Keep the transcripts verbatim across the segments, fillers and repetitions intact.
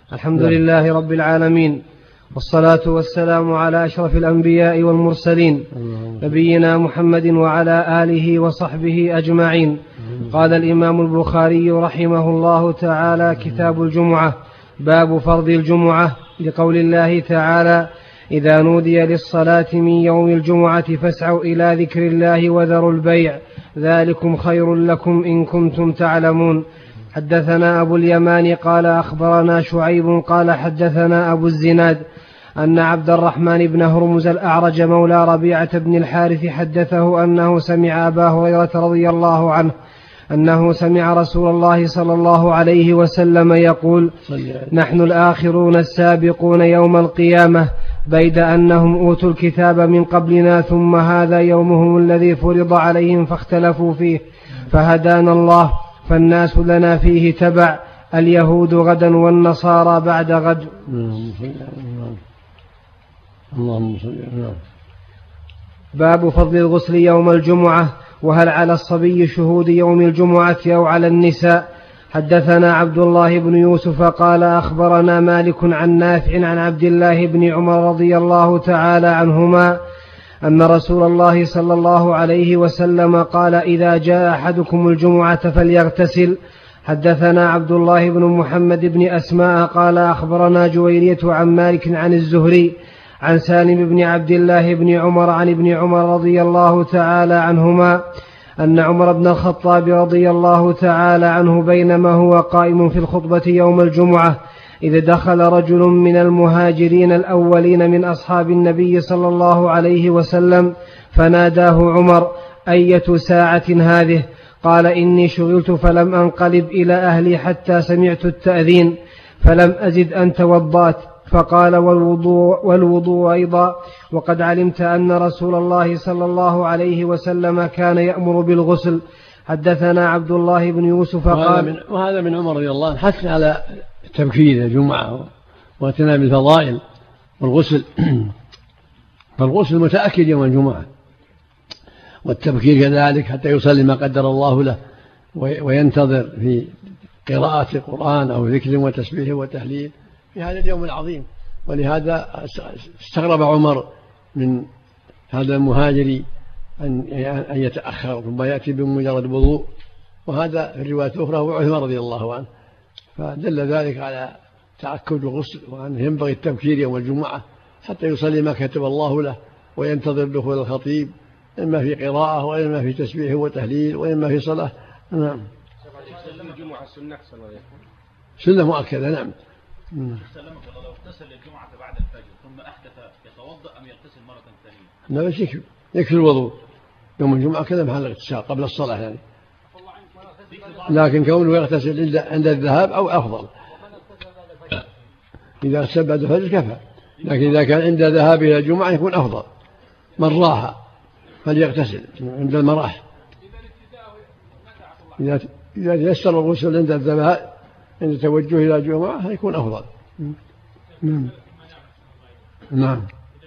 الحمد لله رب العالمين، والصلاة والسلام على أشرف الأنبياء والمرسلين نبينا محمد وعلى آله وصحبه أجمعين. قال الإمام البخاري رحمه الله تعالى: كتاب الجمعة، باب فرض الجمعة، لقول الله تعالى: إذا نودي للصلاة من يوم الجمعة فاسعوا إلى ذكر الله وذروا البيع ذلكم خير لكم إن كنتم تعلمون. حدثنا أبو اليمان قال أخبرنا شعيب قال حدثنا أبو الزناد أن عبد الرحمن بن هرمز الأعرج مولى ربيعة بن الحارث حدثه أنه سمع أبا هريرة رضي الله عنه أنه سمع رسول الله صلى الله عليه وسلم يقول: نحن الآخرون السابقون يوم القيامة، بيد أنهم أوتوا الكتاب من قبلنا ثم هذا يومهم الذي فرض عليهم فاختلفوا فيه فهدانا الله، فالناس لنا فيه تبع، اليهود غدا والنصارى بعد غد. اللهم صل على. باب فضل الغسل يوم الجمعة، وهل على الصبي شهود يوم الجمعة أو على النساء؟ حدثنا عبد الله بن يوسف قال أخبرنا مالك عن نافع عن عبد الله بن عمر رضي الله تعالى عنهما أن رسول الله صلى الله عليه وسلم قال: إذا جاء أحدكم الجمعة فليغتسل. حدثنا عبد الله بن محمد بن أسماء قال أخبرنا جويرية عن مالك عن الزهري عن سالم بن عبد الله بن عمر عن ابن عمر رضي الله تعالى عنهما أن عمر بن الخطاب رضي الله تعالى عنه بينما هو قائم في الخطبة يوم الجمعة إذ دخل رجل من المهاجرين الأولين من أصحاب النبي صلى الله عليه وسلم فناداه عمر: أية ساعة هذه؟ قال: إني شغلت فلم أنقلب إلى أهلي حتى سمعت التأذين فلم أزد أن توضأت. فقال: والوضوء, والوضوء أيضا، وقد علمت أن رسول الله صلى الله عليه وسلم كان يأمر بالغسل. حدثنا عبد الله بن يوسف قال: من وهذا من عمر رضي الله عنه حث على التبكير الجمعة واعتناء بالفضائل والغسل فالغسل متأكد يوم الجمعة، والتبكير كذلك حتى يصلي ما قدر الله له وينتظر في قراءة القرآن أو ذكر وتسبيح وتهليل في هذا اليوم العظيم. ولهذا استغرب عمر من هذا المهاجر أن يتأخر ثم يأتي بمجرد وضوء، وهذا في الرواية الأخرى هو عثمان رضي الله عنه، فدل ذلك على تأكد الغسل وأنه ينبغي التبكير يوم الجمعة حتى يصلي ما كتب الله له وينتظر دخول الخطيب، إما في قراءة وإما في تسبيح وتهليل وإما في صلاة. نعم. الجمعة سنة سنة مؤكدة. نعم. سلمك الله، لو اغتسل الجمعة بعد الفجر ثم أحدث يتوضأ أم يغتسل مرة ثانية؟ لا بس يكفي يكفي الوضوء يوم الجمعة كذا محل الاغتسال قبل الصلاة يعني، لكن كونه يغتسل عند الذهاب أو أفضل. إذا اغتسل بعد الفجر كفى، لكن إذا كان عند ذهاب إلى الجمعة يكون أفضل. من راح فليغتسل عند المراح، إذا إذا تيسر الغسل عند الذهاب عند التوجه إلى الجمعة يكون أفضل. نعم. نعم.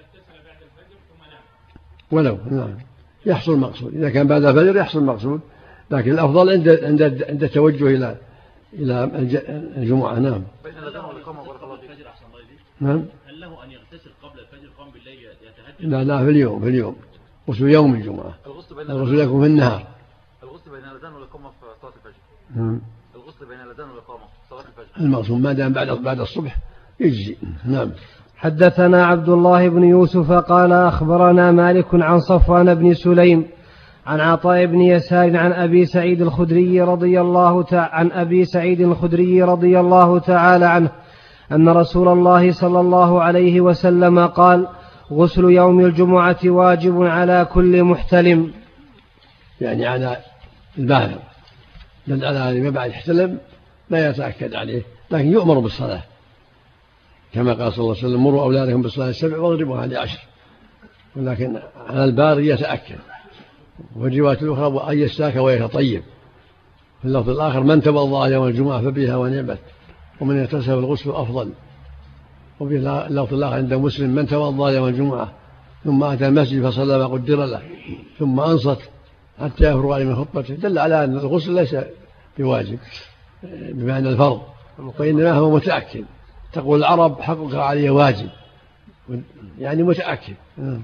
ولو نعم يحصل مقصود، إذا كان بعد الفجر يحصل مقصود، لكن الأفضل عند عند عند التوجه إلى إلى الجمعة. نعم. بين الأذان والإقامة قبل الفجر أحسن الله يجزيك. نعم. هل له أن يغتسل قبل الفجر قام بالليل يتهجد؟ لا لا في اليوم في اليوم غسل يوم الجمعة. الغسل يكون في النهار. الغسل بين الأذان والإقامة في صلاة الفجر. نعم. الغسل بين الأذان والإقامة في صلاة الفجر. المقصود ما دام بعد بعد الصبح يجزي. نعم. حدثنا عبد الله بن يوسف قال أخبرنا مالك عن صفوان بن سليم عن عطاء بن يسار عن أبي سعيد الخدري رضي الله تعالى عن أبي سعيد الخدري رضي الله تعالى عنه أن رسول الله صلى الله عليه وسلم قال: غسل يوم الجمعة واجب على كل محتلم، يعني على البالغ، دل على ما بعد يحتلم لا يتأكد عليه، لكن يؤمر بالصلاة كما قال صلى الله عليه وسلم: مروا أولادكم بالصلاة السبع واضربوها لعشر، ولكن على البالغ يتأكد. والرواية الأخرى: وأن يستاك ويتطيب. في اللفظ الآخر: من توضأ يوم الجمعة فبها ونعمت، ومن اغتسل الغسل أفضل. وفي اللفظ الآخر عند مسلم: من توضأ يوم الجمعة ثم أتى المسجد فصلى ما قدر له ثم أنصت حتى يفرغ من خطبته، دل على أن الغسل ليس بواجب بمعنى الفرض، وإنما هو متأكد تقول العرب حقك علي واجب، يعني متأكد.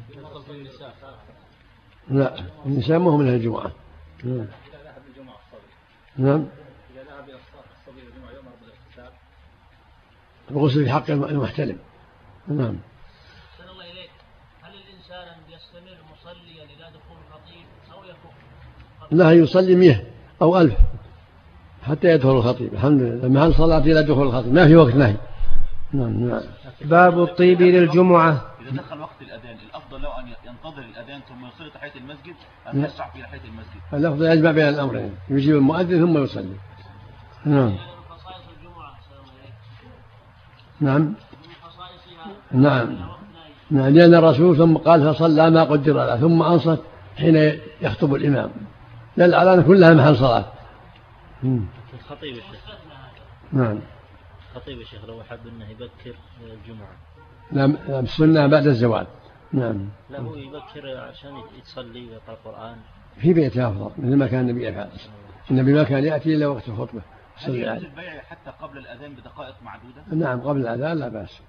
لا النساء ما هو من الجمعة. نعم الغسل في حق المحتلم. نعم. أحسن الله إليك، هل الإنسان يستمر مصليا إلى دخول الخطيب أو يكف؟ لا يصلي مئة أو ألف حتى يدخل الخطيب. الحمد لله محل صلاة إلى دخول الخطيب ما في وقت نهي. نعم. نعم. باب الطيب للجمعة. إذا دخل وقت الأذان الأفضل له أن ينتظر الأذان ثم يصلي تحية المسجد أم يسرع في تحية المسجد؟ الأفضل يجمع بين الأمرين، يجيب المؤذن ثم يصلي. نعم. نعم. نعم. نعم لأن الرسول ثم قال فصلى ما قدر له ثم أنصت حين يخطب الإمام، لأن الأذان كلها محل صلاة. الخطيب الشيخ. نعم. الخطيب الشيخ لو حب أنه يبكر الجمعة. نعم السنة بعد الزوال. نعم. لا هو يبكر عشان يتصلي ويقرأ القرآن في بيته أفضل مثل ما كان النبي يفعل. النبي ما كان يأتي إلا وقت الخطبة. هل يجوز البيع حتى قبل الأذان بدقائق معدودة؟ نعم قبل الأذان لا بأس.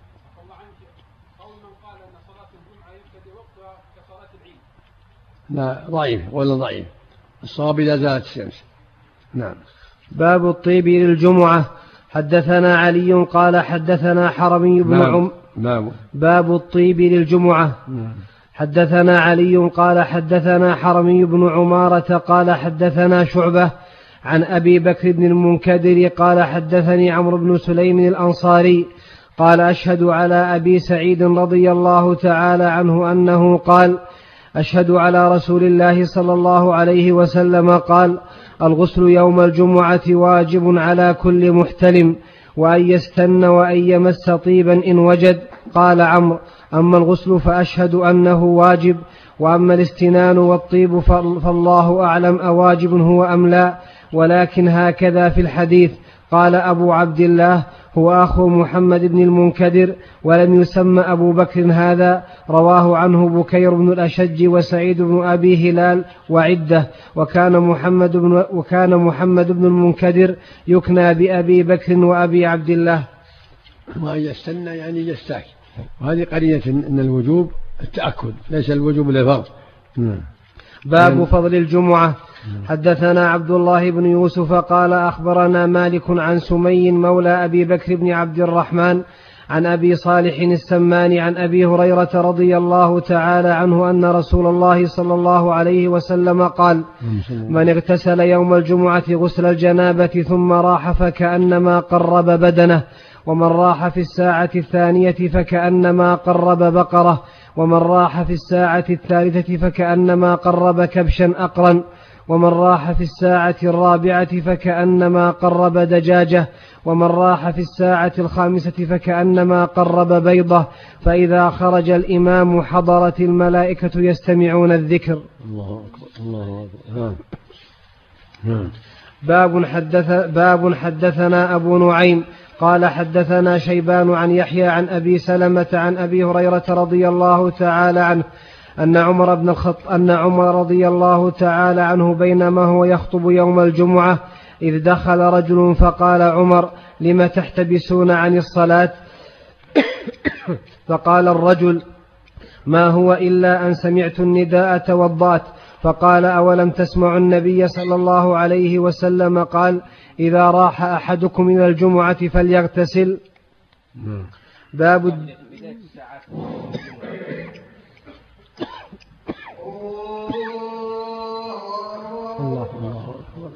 لا ضعيف ولا ضعيف، الصواب إذا زالت الشمس. نعم. باب الطيب للجمعة. حدثنا علي قال حدثنا حرمي بن عم باب. باب الطيب للجمعة. نعم. حدثنا علي قال حدثنا حرمي بن عمارة قال حدثنا شعبة عن أبي بكر بن المنكدر قال حدثني عمرو بن سليم الأنصاري قال أشهد على أبي سعيد رضي الله تعالى عنه أنه قال أشهد على رسول الله صلى الله عليه وسلم قال الغسل يوم الجمعة واجب على كل محتلم وأن يستن وأن يمس طيبا إن وجد. قال عمرو أما الغسل فأشهد أنه واجب، وأما الاستنان والطيب فالله أعلم أواجب هو أم لا، ولكن هكذا في الحديث. قال أبو عبد الله هو أخو محمد بن المنكدر ولم يسمى أبو بكر هذا. رواه عنه بكير بن الأشج وسعيد بن أبي هلال وعدة. وكان محمد بن, وكان محمد بن المنكدر يكنى بأبي بكر وأبي عبد الله. وأن يستنى يعني يستاك، وهذه قرينة أن الوجوب التأكد ليس الوجوب للفرض. باب فضل الجمعة. حدثنا عبد الله بن يوسف قال أخبرنا مالك عن سمي مولى أبي بكر بن عبد الرحمن عن أبي صالح السمان عن أبي هريرة رضي الله تعالى عنه أن رسول الله صلى الله عليه وسلم قال من اغتسل يوم الجمعة غسل الجنابة ثم راح فكأنما قرب بدنه، ومن راح في الساعة الثانية فكأنما قرب بقرة، ومن راح في الساعة الثالثة فكأنما قرب كبشا أقرا، ومن راح في الساعة الرابعة فكأنما قرب دجاجة، ومن راح في الساعة الخامسة فكأنما قرب بيضة، فإذا خرج الإمام حضرت الملائكة يستمعون الذكر. الله أكبر الله أكبر. نعم. باب, حدث باب حدثنا أبو نعيم قال حدثنا شيبان عن يحيى عن أبي سلمة عن أبي هريرة رضي الله تعالى عنه أن عمر بن الخطاب أن عمر رضي الله تعالى عنه بينما هو يخطب يوم الجمعة إذ دخل رجل فقال عمر لم تحتبسون عن الصلاة؟ فقال الرجل ما هو إلا أن سمعت النداء توضأت. فقال أولم تسمعوا النبي صلى الله عليه وسلم قال إذا راح أحدكم من الجمعة فليغتسل. باب الله الله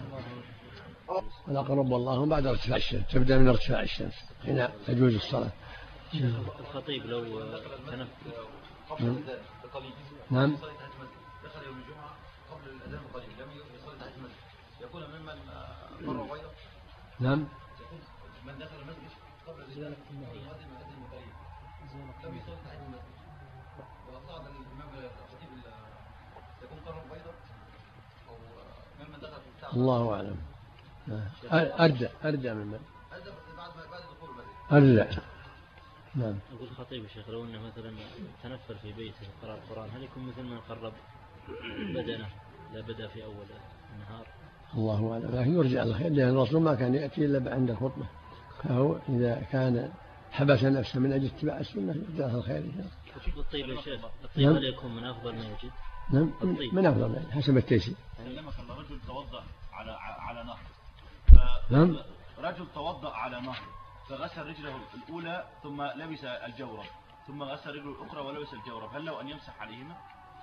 والأقرب والله بعد ارتفاع الشمس، تبدأ من ارتفاع الشمس هنا تجوز الصلاة. الخطيب لو تنفذ نعم دخل يوم الجمعة قبل الأذان قليل لم يصلي تحت المسجد يكون ممن مر غيره. نعم من دخل المسجد قبل الأذان هذه المؤذن قليل لم يصلي تحت المسجد وصعد الإمام الخطيب يكون قرب غيره أو ممن دخل في الساعة. الله أعلم. أرجع أرجع ممن هذا بعد ما بعد دخول المسجد أرجع. نعم. أقول الخطيب الشيخ لو أنه مثلا تنفر في بيته قرأ القرآن هل يكون مثل من قرب بدنه لا بدأ في أول النهار؟ الله أعلم، لكن يرجع الخير لأن الرسول ما كان يأتي إلا عند الخطبة، فهو إذا كان حبس نفسه من أجل اتباع السنة جزاه الخير إن شاء الله. الطيب يا شيخ، الطيب هل يكون من أفضل ما يجد؟ نعم من أفضل ما يجد حسب التيسير. علمك الله، رجل توضأ على على نهر. نعم. رجل توضأ على نهر فغسل رجله الأولى ثم لبس الجورب ثم غسل رجله الأخرى ولبس الجورب، هل له أن يمسح عليهما؟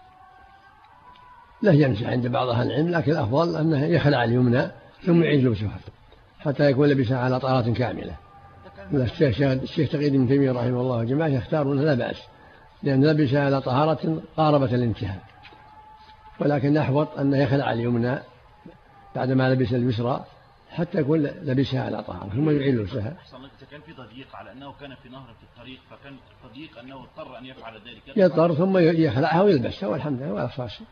لا يمسح عند بعض أهل العلم، لكن الأفضل أنه يخلع اليمنى ثم يعيد لبسها حتى يكون لبسها على طهارة كاملة. الشيخ الشيخ تقي بن تيمية رحمه الله وجماعة يختارون لا بأس، لأن لبسها على طهارة قاربة الانتهاء، ولكن أحوط أنه يخلع اليمنى بعدما لبس اليسرى حتى يكون لبسها على طهارة ثم يعيد لبسها. كان في تضييق على أنه كان في نهر في الطريق، فكان تضييق أنه اضطر أن يفعل ذلك، يضطر ثم يخلعها ويلبسها والحمد لله ولا صار شيء.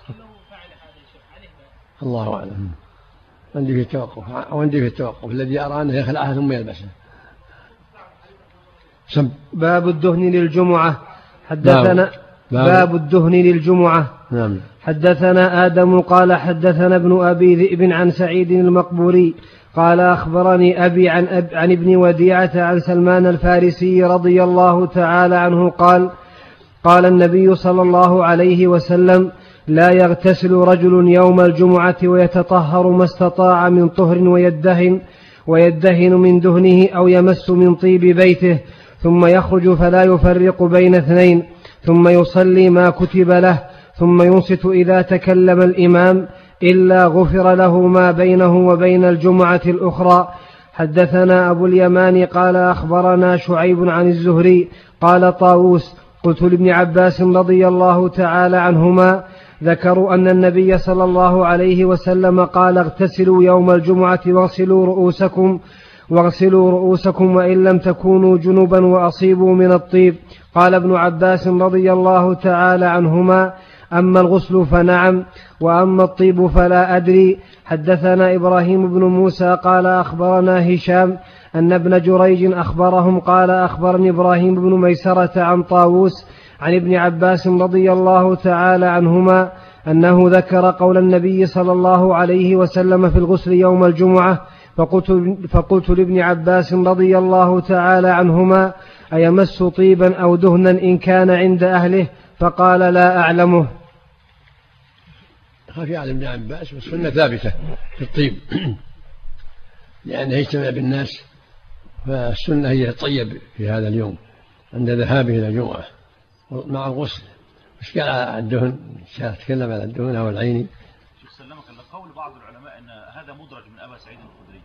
الله أعلم. عندي في التوقف أو عندي في التوقف الذي أرى أنه يخلعها ثم يلبسها. سم. باب الدهن للجمعة. حدثنا باب, باب الدهن للجمعة. نعم. حدثنا آدم قال حدثنا ابن أبي ذئب عن سعيد المقبوري قال أخبرني أبي عن, أب عن ابن وديعة عن سلمان الفارسي رضي الله تعالى عنه قال قال النبي صلى الله عليه وسلم لا يغتسل رجل يوم الجمعة ويتطهر ما استطاع من طهر ويدهن, ويدهن من دهنه أو يمس من طيب بيته ثم يخرج فلا يفرق بين اثنين ثم يصلي ما كتب له ثم ينصت إذا تكلم الإمام إلا غفر له ما بينه وبين الجمعة الأخرى. حدثنا أبو اليمان قال أخبرنا شعيب عن الزهري قال طاووس قلت لابن عباس رضي الله تعالى عنهما ذكروا أن النبي صلى الله عليه وسلم قال اغتسلوا يوم الجمعة واغسلوا رؤوسكم واغسلوا رؤوسكم وإن لم تكونوا جنبا وأصيبوا من الطيب. قال ابن عباس رضي الله تعالى عنهما أما الغسل فنعم وأما الطيب فلا أدري. حدثنا إبراهيم بن موسى قال أخبرنا هشام أن ابن جريج أخبرهم قال أخبرني إبراهيم بن ميسرة عن طاووس عن ابن عباس رضي الله تعالى عنهما أنه ذكر قول النبي صلى الله عليه وسلم في الغسل يوم الجمعة فقلت, فقلت لابن عباس رضي الله تعالى عنهما أيمس طيبا أو دهنا إن كان عند أهله؟ فقال لا أعلمه. خفي على ابن عباس والسنة ثابتة في الطيب لأنه يجتمع بالناس، فالسنة هي الطيب في هذا اليوم عند ذهابه إلى الجمعة مع الغسل. مش قال على الدهن، تكلم على الدهن أو العين. شيخ سلمك الله، قول بعض العلماء أن هذا مدرج من أبا سعيد الخدري.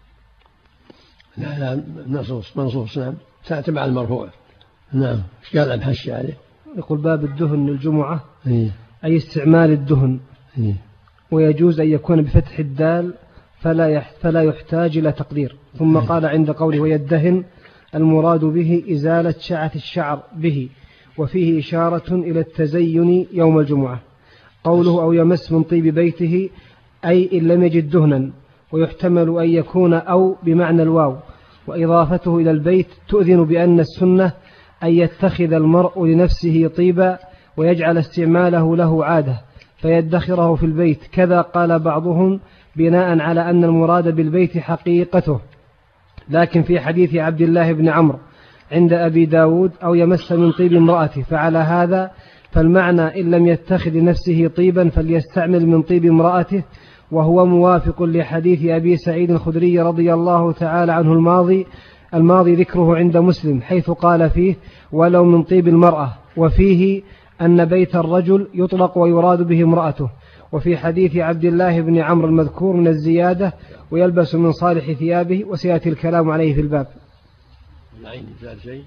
لا لا منصوص منصوص نعم تبع المرفوع. نعم. مش قال الحشي عليه. يقول باب الدهن للجمعة إيه؟ أي استعمال الدهن. إيه؟ ويجوز أن يكون بفتح الدال فلا فلا يحتاج إلى تقدير. ثم إيه؟ قال عند قوله ويدهن المراد به إزالة شعة الشعر به، وفيه إشارة إلى التزين يوم الجمعة. قوله أو يمس من طيب بيته أي إن لم يجد دهنا، ويحتمل أن يكون أو بمعنى الواو، وإضافته إلى البيت تؤذن بأن السنة أن يتخذ المرء لنفسه طيبا ويجعل استعماله له عادة فيدخره في البيت. كذا قال بعضهم بناء على أن المراد بالبيت حقيقته، لكن في حديث عبد الله بن عمرو عند أبي داود أو يمس من طيب امرأته، فعلى هذا فالمعنى إن لم يتخذ لنفسه طيبا فليستعمل من طيب امرأته، وهو موافق لحديث أبي سعيد الخدري رضي الله تعالى عنه الماضي الماضي ذكره عند مسلم حيث قال فيه ولو من طيب المرأة، وفيه أن بيت الرجل يطلق ويراد به امرأته. وفي حديث عبد الله بن عمرو المذكور من الزيادة ويلبس من صالح ثيابه، وسيأتي الكلام عليه في الباب. العين زاد شيء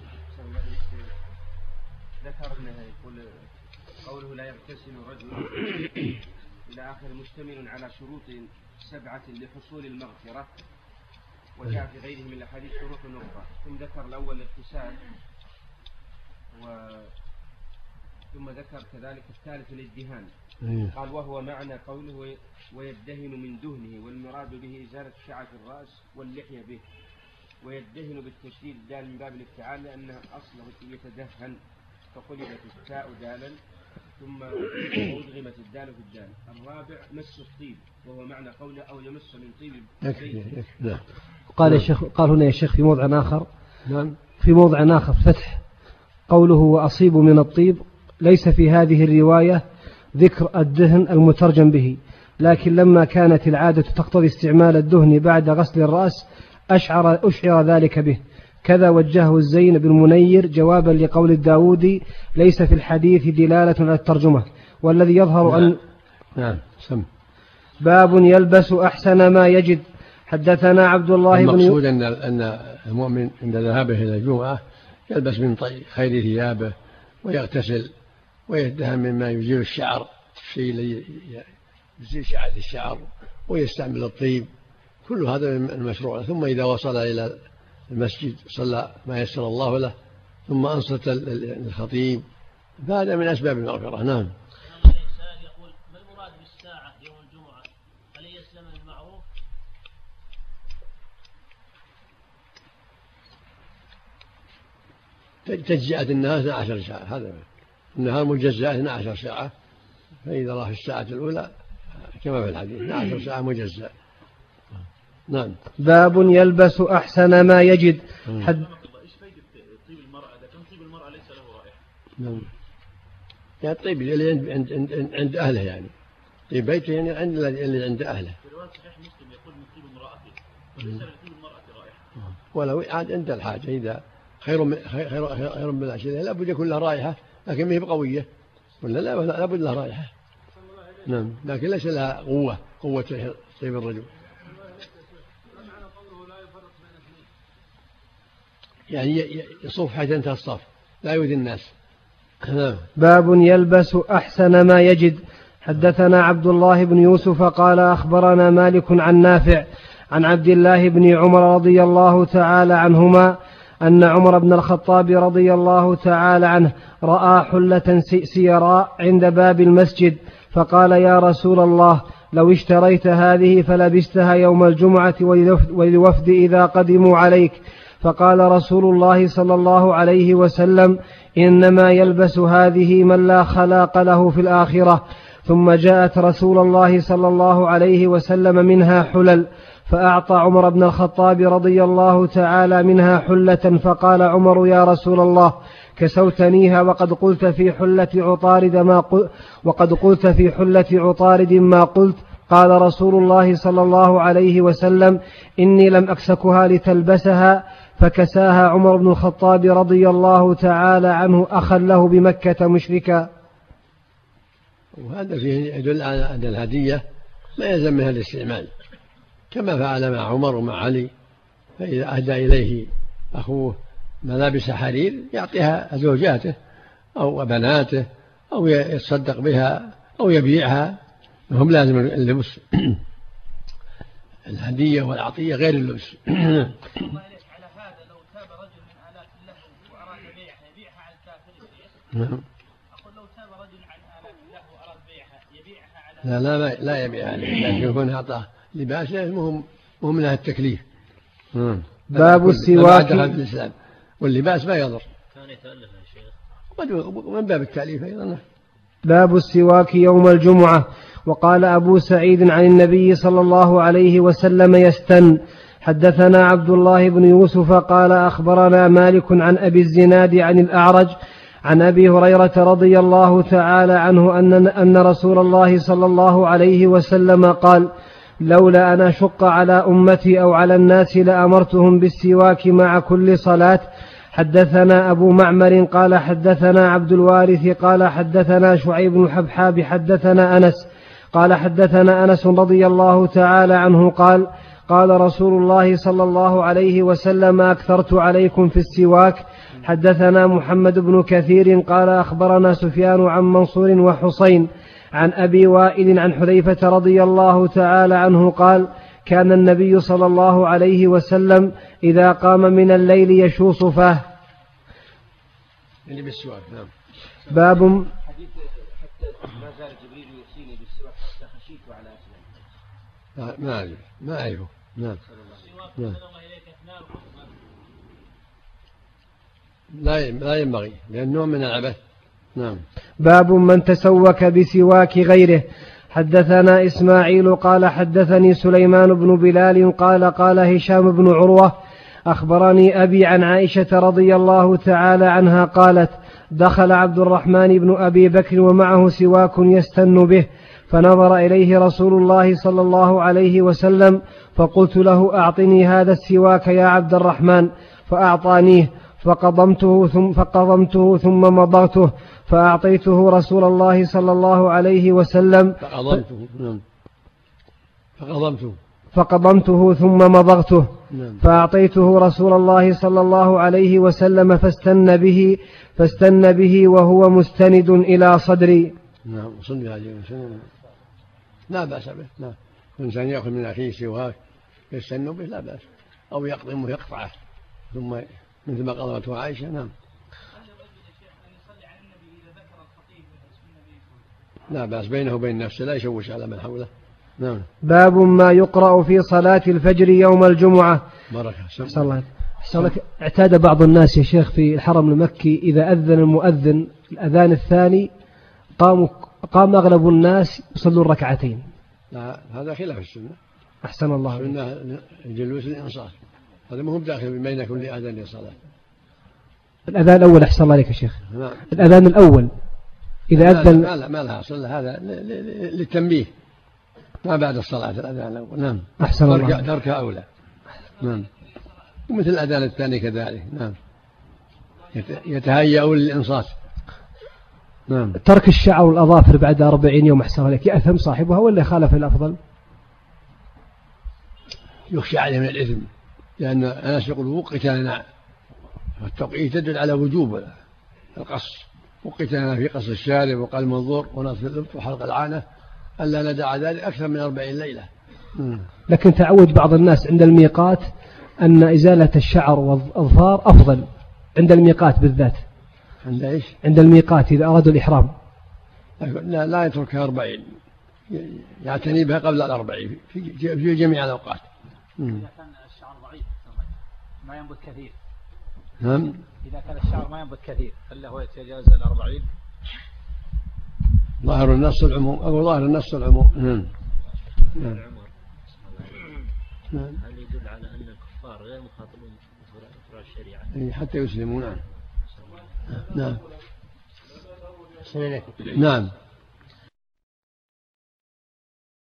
ذكر أنه يقول قوله لا يغتسل الرجل إلى آخر مشتمل على شروط سبعة لحصول المغفرة، وجاء في غيره من الأحاديث شروط أخرى. ثم ذكر الأول الاغتسال، و... ثم ذكر كذلك الثالث الازدهان. قال وهو معنى قوله ويدهن من دهنه، والمراد به إزالة شعة الرأس واللحية به، ويدهن بالتشديد الدال من باب الافتعال لأنه أصله يتدهن، فقلبت التاء دالا ثم أدغمت الدال في الدال. الرابع مس الطيب، وهو معنى قوله أو يمس من طيب. قال الشيخ قال هنا يا شيخ في موضع آخر نعم في موضع آخر فتح قوله وأصيب من الطيب، ليس في هذه الرواية ذكر الدهن المترجم به، لكن لما كانت العادة تقتضي استعمال الدهن بعد غسل الرأس أشعر, أشعر ذلك به. كذا وجهه الزين بن منير جوابا لقول الداودي ليس في الحديث دلالة على الترجمة، والذي يظهر أن نعم سم. باب يلبس أحسن ما يجد. حدثنا عبد الله بن المقصود أن أن المؤمن عند ذهابه إلى الجمعة يلبس من خير ثيابه ويغتسل ويدهن مما يزيل الشعر، الشيء الذي يزيل شعرة الشعر، ويستعمل الطيب، كل هذا من المشروع. ثم إذا وصل إلى المسجد صلى ما يسر الله له، ثم أنصت الخطيب، فهذا من أسباب المغفرة. نعم. الإنسان يقول ما المراد بالساعة يوم الجمعة؟ هل هي الزمن المعروف؟ تجزئة النهار اثنتا عشرة ساعة، هذا النهار مجزأ اثنتا عشرة ساعة، فإذا راه في الساعة الأولى كما في الحديث اثنتا عشرة ساعة مجزأ. نعم. باب يلبس أحسن ما يجد. حد ايش فائدة طيب المرأة؟ إذا كان طيب المرأة ليس له رائحة. نعم. يعني الطيب اللي عند عند عند, عند أهله، يعني طيب بيته يعني عند اللي عند أهله. في رواية صحيح مسلم يقول من طيب امرأته، وليس لطيب المرأة رائحة. ولو عاد عند الحاجة، إذا خير من خير خير, خير من العشرة لا بد يكون له رائحة، لكن ما هي بقوية، ولا لا لا بد له رائحة. نعم، لكن ليس لها قوة قوة طيب الرجل. يعني يصف حتى انتهى الصف، لا يؤذي الناس. باب يلبس أحسن ما يجد. حدثنا عبد الله بن يوسف قال أخبرنا مالك عن نافع عن عبد الله بن عمر رضي الله تعالى عنهما أن عمر بن الخطاب رضي الله تعالى عنه رأى حلة سيراء عند باب المسجد، فقال يا رسول الله لو اشتريت هذه فلبستها يوم الجمعة وللوفد إذا قدموا عليك. فقال رسول الله صلى الله عليه وسلم إنما يلبس هذه من لا خلاق له في الآخرة. ثم جاءت رسول الله صلى الله عليه وسلم منها حلل، فأعطى عمر بن الخطاب رضي الله تعالى منها حلة، فقال عمر يا رسول الله كسوتنيها وقد قلت في حلة عطارد ما قلت وقد قلت في حلة عطارد ما قلت. قال رسول الله صلى الله عليه وسلم إني لم أكسكها لتلبسها، فكساها عمر بن الخطاب رضي الله تعالى عنه أخا له بمكة مشركا. وهذا فيه يدل على أن الهدية ما يلزم منها الاستعمال، كما فعل مع عمر ومع علي، فإذا أهدى إليه أخوه ملابس حرير يعطيها زوجاته أو بناته أو يتصدق بها أو يبيعها، هم لازم اللبس. الهدية والعطية غير اللبس. أقول لو تاب رجل عن آلاف الله وأراد بيعها يبيعها على لا لا لا يبيعها، لكن يكون أعطاه لباس مهم مهم لها التكليف. باب السواك. الإسلام واللباس ما يضر، كان يتألف يا شيخ من باب التأليف أيضا. باب السواك يوم الجمعة. وقال أبو سعيد عن النبي صلى الله عليه وسلم يستن. حدثنا عبد الله بن يوسف قال أخبرنا مالك عن أبي الزناد عن الأعرج عن أبي هريرة رضي الله تعالى عنه أن, أن رسول الله صلى الله عليه وسلم قال لولا أن أشق على أمتي أو على الناس لأمرتهم بالسواك مع كل صلاة. حدثنا أبو معمر قال حدثنا عبد الوارث قال حدثنا شعيب بن الحبحاب حدثنا أنس قال حدثنا أنس رضي الله تعالى عنه قال قال رسول الله صلى الله عليه وسلم أكثرت عليكم في السواك. حدثنا محمد بن كثير قال أخبرنا سفيان عن منصور وحسين عن أبي وائل عن حذيفة رضي الله تعالى عنه قال كان النبي صلى الله عليه وسلم إذا قام من الليل يشوص فاه. اللي بالسواك. نعم. باب حديث حتى ما زال جبريل يوصيني بالسواك حتى خشيت على أسناني. ما أعرف ما أعرفه. نعم. نعم. لا لا ينبغي لأنه من العبث. نعم. باب من تسوك بسواك غيره. حدثنا إسماعيل قال حدثني سليمان بن بلال قال قال هشام بن عروة أخبرني أبي عن عائشة رضي الله تعالى عنها قالت دخل عبد الرحمن بن أبي بكر ومعه سواك يستن به فنظر إليه رسول الله صلى الله عليه وسلم فقلت له أعطني هذا السواك يا عبد الرحمن فأعطانيه فقضمته ثم, فقضمته ثم مضغته فأعطيته رسول الله صلى الله عليه وسلم فقضمته نعم فقضمته فقضمته ثم مضغته نعم. فأعطيته رسول الله صلى الله عليه وسلم فاستن به فاستن به وهو مستند إلى صدري. نعم صلى عليه وسلم لا بأس به. نعم الإنسان يأخذ من أخيه سواك يستن به لا بأس أو يقضمه يقطعه ثم مثل ما قضته عائشة. نعم لا بأس بينه وبين نفسه لا يشوش على من حوله. نعم. باب ما يقرأ في صلاة الفجر يوم الجمعة. بركة أحسن الله أحسن لك. اعتاد بعض الناس يا شيخ في الحرم المكي إذا أذن المؤذن الأذان الثاني قاموا قام أغلب الناس يصلون ركعتين. لا هذا خلاف السنة. أحسن الله. السنة الجلوس الإنصات هذا مهم داخل بين كل أذان صلاة. الأذان الأول أحسن الله عليك يا شيخ. نعم. الأذان الأول إذا أذن ما لا ما لها أصل هذا للتنبيه ما بعد الصلاة الأذان الأول. نعم أحسن الله. تركها أولى. نعم ومثل الأذان الثاني كذلك. نعم يتهيأ للإنصات. نعم. ترك الشعر والأظافر بعد أربعين يوم أحسن عليك يأثم صاحبها ولا خالف الأفضل؟ يخشى عليه من الإثم لأن الناس يقول وقت لنا والتوقيت تدل على وجوب القص وقت لنا في قص الشارب وقال المنظور ونصف الإبط وحلق العانة ألا ندع ذلك أكثر من أربعين ليلة. مم. لكن تعود بعض الناس عند الميقات أن إزالة الشعر والأظفار أفضل عند الميقات بالذات. عند إيش؟ عند الميقات إذا أرادوا الإحرام لا, لا يتركها أربعين يعتني بها قبل الأربعين في, في جميع الأوقات. إذا كان الشعر ضعيف ما ينبت كثير. نعم. إذا كان الشعر ما ينبت كثير هل هو يتجاوز الأربعين؟ ظاهر النص العموم أو ظاهر النص العموم. نعم. نعم. نعم. هل يدل على أن الكفار غير مخاطبون بفروع الشريعة حتى يسلمون؟ نعم. نعم. نعم. نعم.